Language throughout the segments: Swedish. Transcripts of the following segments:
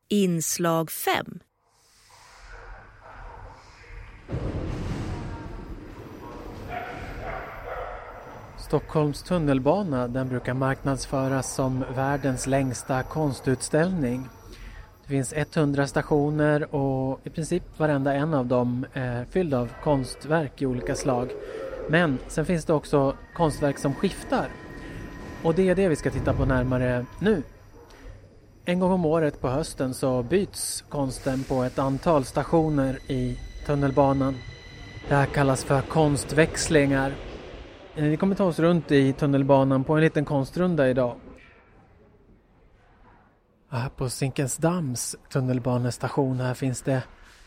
Inslag 5. Stockholms tunnelbana, den brukar marknadsföras som världens längsta konstutställning. Det finns 100 stationer och i princip varenda en av dem är fylld av konstverk i olika slag. Men sen finns det också konstverk som skiftar. Och det är det vi ska titta på närmare nu. En gång om året på hösten så byts konsten på ett antal stationer i tunnelbanan. Det här kallas för konstväxlingar. Vi kommer ta oss runt i tunnelbanan på en liten konstrunda idag. Här på Zinkensdamms tunnelbanestation här finns det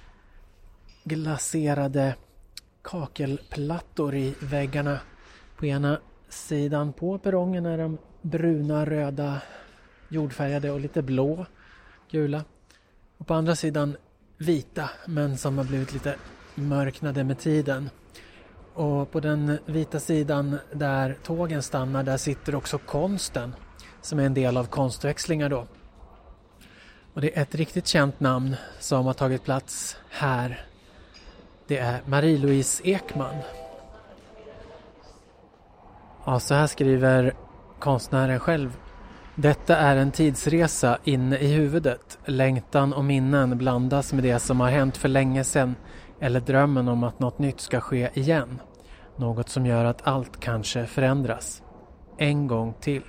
glaserade kakelplattor i väggarna. På ena sidan på perrongen är de bruna, röda, jordfärgade och lite blå, gula. Och på andra sidan vita, men som har blivit lite mörknade med tiden. Och på den vita sidan där tågen stannar, där sitter också konsten som är en del av konstväxlingar då. Och det är ett riktigt känt namn som har tagit plats här. Det är Marie-Louise Ekman. Ja, så här skriver konstnären själv. Detta är en tidsresa inne i huvudet. Längtan och minnen blandas med det som har hänt för länge sedan eller drömmen om att något nytt ska ske igen. Något som gör att allt kanske förändras. En gång till.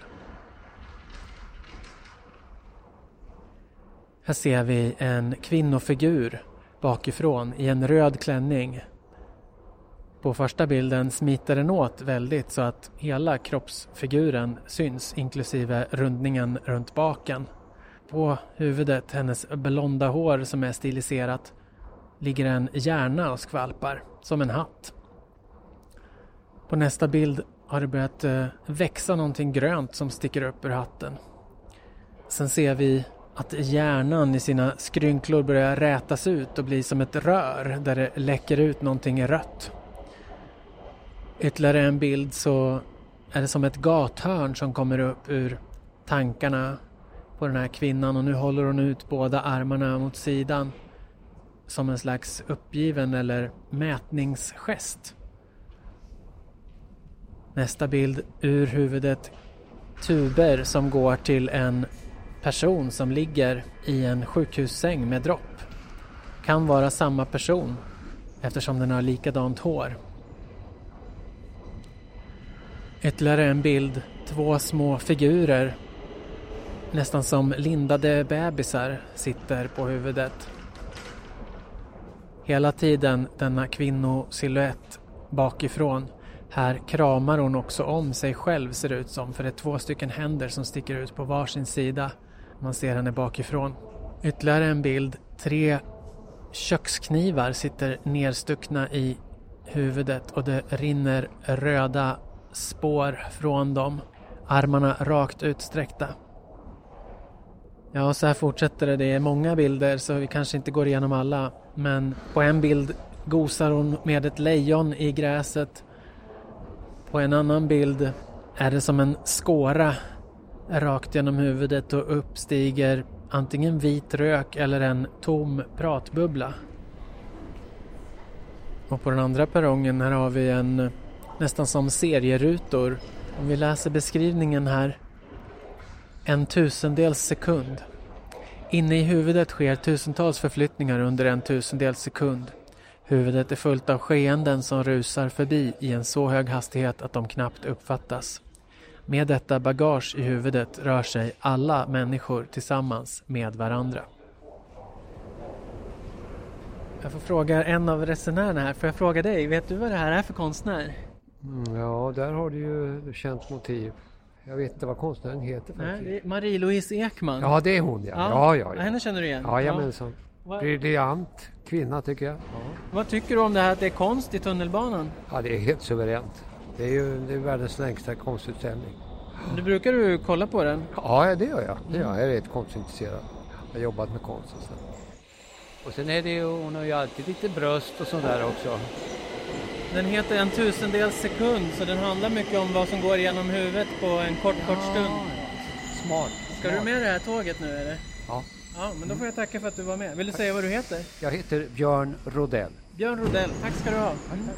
Här ser vi en kvinnofigur bakifrån i en röd klänning. På första bilden smiter den åt väldigt så att hela kroppsfiguren syns inklusive rundningen runt baken. På huvudet, hennes blonda hår som är stiliserat, ligger en hjärna och skvalpar som en hatt. På nästa bild har det börjat växa någonting grönt som sticker upp ur hatten. Sen ser vi att hjärnan i sina skrynklor börjar rätas ut och bli som ett rör där det läcker ut någonting rött. Ytterligare en bild så är det som ett gathörn som kommer upp ur tankarna på den här kvinnan och nu håller hon ut båda armarna mot sidan som en slags uppgiven eller mätningsgest. Nästa bild ur huvudet, tuber som går till en person som ligger i en sjukhussäng med dropp. Kan vara samma person eftersom den har likadant hår. Ytterligare en bild, 2 små figurer nästan som lindade bebisar sitter på huvudet. Hela tiden denna kvinnosilhuett bakifrån. Här kramar hon också om sig själv ser det ut som, för det är 2 stycken händer som sticker ut på varsin sida. Man ser henne bakifrån. Ytterligare en bild, 3 köksknivar sitter nedstuckna i huvudet och det rinner röda spår från dem. Armarna rakt utsträckta. Ja, så här fortsätter det. Det är många bilder så vi kanske inte går igenom alla. Men på en bild gosar hon med ett lejon i gräset. På en annan bild är det som en skåra rakt genom huvudet och uppstiger antingen vit rök eller en tom pratbubbla. Och på den andra perrongen här har vi en nästan som serierutor. Om vi läser beskrivningen här. 1/1000 sekund. Inne i huvudet sker tusentals förflyttningar under 1/1000 sekund. Huvudet är fullt av skeenden som rusar förbi i en så hög hastighet att de knappt uppfattas. Med detta bagage i huvudet rör sig alla människor tillsammans med varandra. Jag får fråga en av resenärerna här. Får jag fråga dig, vet du vad det här är för konstnär? Ja, där har du ju känt motiv. Jag vet inte vad konstnären heter faktiskt. Nej, det är Marie-Louise Ekman. Ja, det är hon, ja. Henne känner du igen? Jajamensan. Briljant kvinna tycker jag. Ja. Vad tycker du om det här att det är konst i tunnelbanan? Ja, det är helt suveränt. Det är världens längsta konstutställning. Brukar du kolla på den? Ja, det gör jag. Jag är rätt konstintresserad. Jag har jobbat med konst och så. Och sen är det ju, hon har ju alltid lite bröst och sånt där också. Den heter 1/1000 sekund så den handlar mycket om vad som går igenom huvudet på en kort stund. Smart. Ska du med det här tåget nu eller? Ja. Ja, men då får jag tacka för att du var med. Vill du säga vad du heter? Jag heter Björn Rodell. Björn Rodell, tack ska du ha.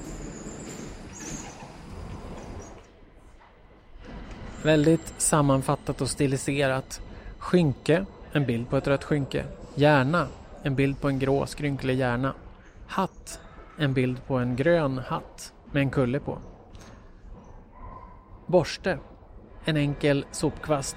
Väldigt sammanfattat och stiliserat. Skynke, en bild på ett rött skynke. Hjärna, en bild på en grå skrynklig hjärna. Hatt, en bild på en grön hatt med en kulle på. Borste, en enkel sopkvast.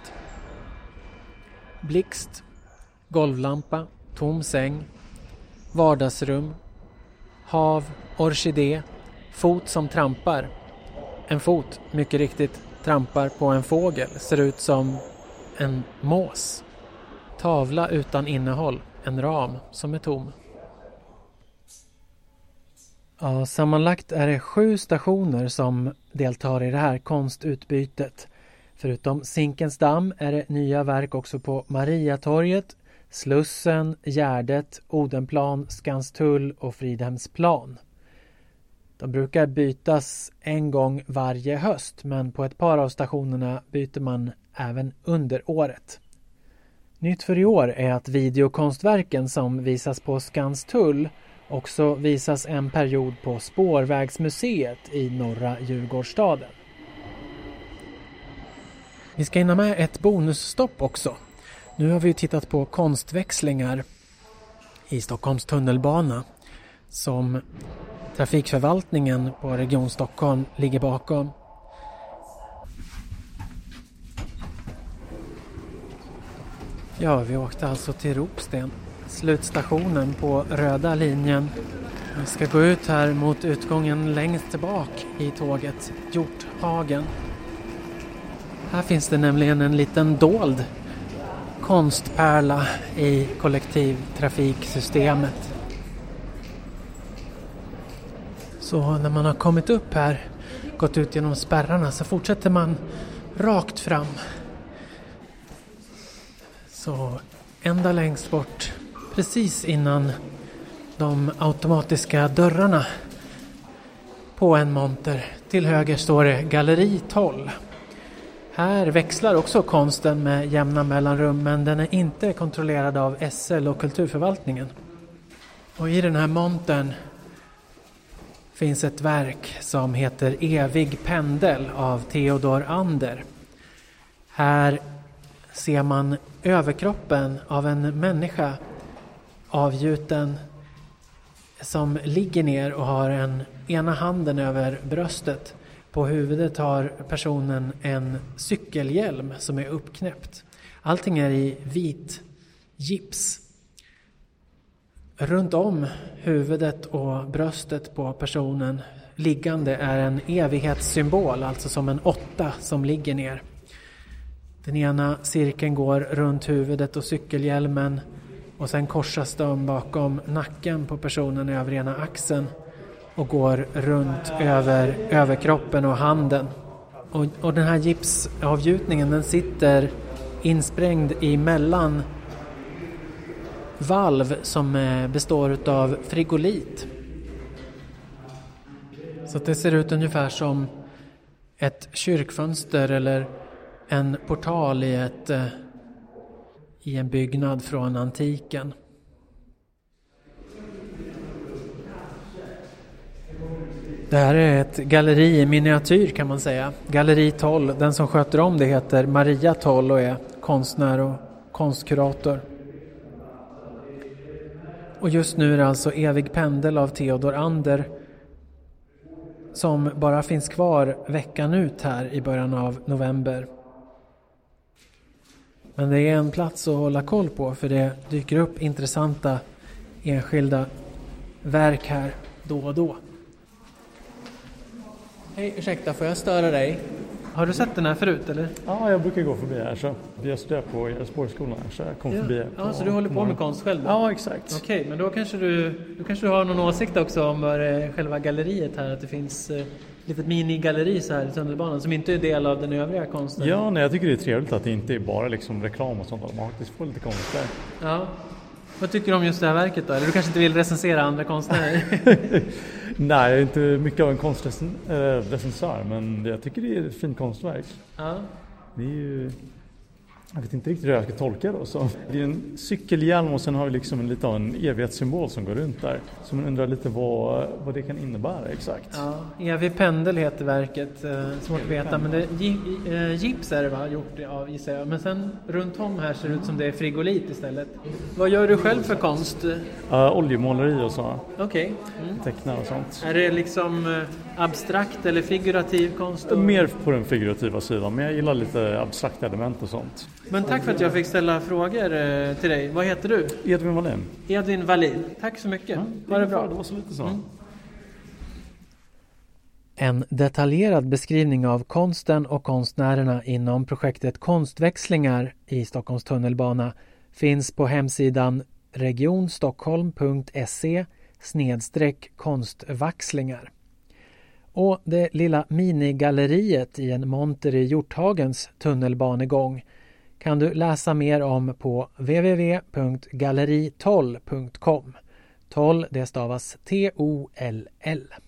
Blixt, golvlampa, tom säng. Vardagsrum, hav, orkidé, fot som trampar. En fot, mycket riktigt, trampar på en fågel. Ser ut som en mås. Tavla utan innehåll, en ram som är tom. Ja, sammanlagt är det 7 stationer som deltar i det här konstutbytet. Förutom Zinkensdamm är det nya verk också på Mariatorget, Slussen, Gärdet, Odenplan, Skanstull och Fridhemsplan. De brukar bytas en gång varje höst, men på ett par av stationerna byter man även under året. Nytt för i år är att videokonstverken som visas på Skanstull också visas en period på Spårvägsmuseet i norra Djurgårdsstaden. Vi ska hinna med ett bonusstopp också. Nu har vi tittat på konstväxlingar i Stockholms tunnelbana som trafikförvaltningen på Region Stockholm ligger bakom. Ja, vi åkte alltså till Ropsten, slutstationen på röda linjen. Vi ska gå ut här mot utgången längst tillbaka i tåget, Hjorthagen. Här finns det nämligen en liten dold konstpärla i kollektivtrafiksystemet. Så när man har kommit upp här, gått ut genom spärrarna, så fortsätter man rakt fram. Så ända längst bort, precis innan de automatiska dörrarna på en monter. Till höger står det Galleri 12. Här växlar också konsten med jämna mellanrum, men den är inte kontrollerad av SL och kulturförvaltningen. Och i den här montern finns ett verk som heter Evig pendel av Theodor Ander. Här ser man överkroppen av en människa avgjuten som ligger ner och har ena handen över bröstet. På huvudet har personen en cykelhjälm som är uppknäppt. Allting är i vit gips. Runt om huvudet och bröstet på personen liggande är en evighetssymbol, alltså som en 8 som ligger ner. Den ena cirkeln går runt huvudet och cykelhjälmen och sen korsas de bakom nacken på personen över ena axeln och går runt över överkroppen och handen. Och den här gipsavgjutningen, den sitter insprängd i mellan valv som består av frigolit. Så att det ser ut ungefär som ett kyrkfönster eller en portal i en byggnad från antiken. Det här är ett galleri i miniatyr kan man säga. Galleri 12, den som sköter om det heter Maria Toll och är konstnär och konstkurator. Och just nu är det alltså Evig pendel av Theodor Ander som bara finns kvar veckan ut här i början av november. Men det är en plats att hålla koll på, för det dyker upp intressanta enskilda verk här då och då. Hej, ursäkta, får jag störa dig? Har du sett den här förut eller? Ja, jag brukar gå förbi här, så jag studerar på Spårskolan så jag kom förbi här. Ja, så du håller på med konst själv då? Ja, exakt. Okej, men då kanske du har någon åsikt också om själva galleriet här, att det finns litet minigalleri så här i tunnelbanan som inte är del av den övriga konsten. Ja, nej, jag tycker det är trevligt att det inte är bara liksom reklam och sånt, att man faktiskt får lite konst där. Ja. Vad tycker du om just det här verket då? Eller du kanske inte vill recensera andra konstnärer? Nej, jag är inte mycket av en konstrecensör, men jag tycker det är ett fint konstverk. Ja. Det är ju Jag vet inte riktigt hur jag ska tolka då. Så det är en cykelhjälm och sen har vi liksom lite av en evighetssymbol som går runt där. Så man undrar lite vad det kan innebära exakt. Ja, evig pendel heter verket. Svårt att veta, men det gips är det va? Gjort av gissar jag. Men sen runt om här ser det ut som det är frigolit istället. Vad gör du själv för konst? Oljemåleri och så. Okej. Tecknar och sånt. Är det liksom abstrakt eller figurativ konst? Mer på den figurativa sidan, men jag gillar lite abstrakta element och sånt. Men tack för att jag fick ställa frågor till dig. Vad heter du? Edvin Wallin. Edvin Wallin. Tack så mycket. Ha det bra. Det var så lite så. En detaljerad beskrivning av konsten och konstnärerna inom projektet Konstväxlingar i Stockholms tunnelbana finns på hemsidan regionstockholm.se/konstvaxlingar. Och det lilla minigalleriet i en monter i Hjorthagens tunnelbanegång kan du läsa mer om på www.galleritoll.com. Toll det stavas TOLL.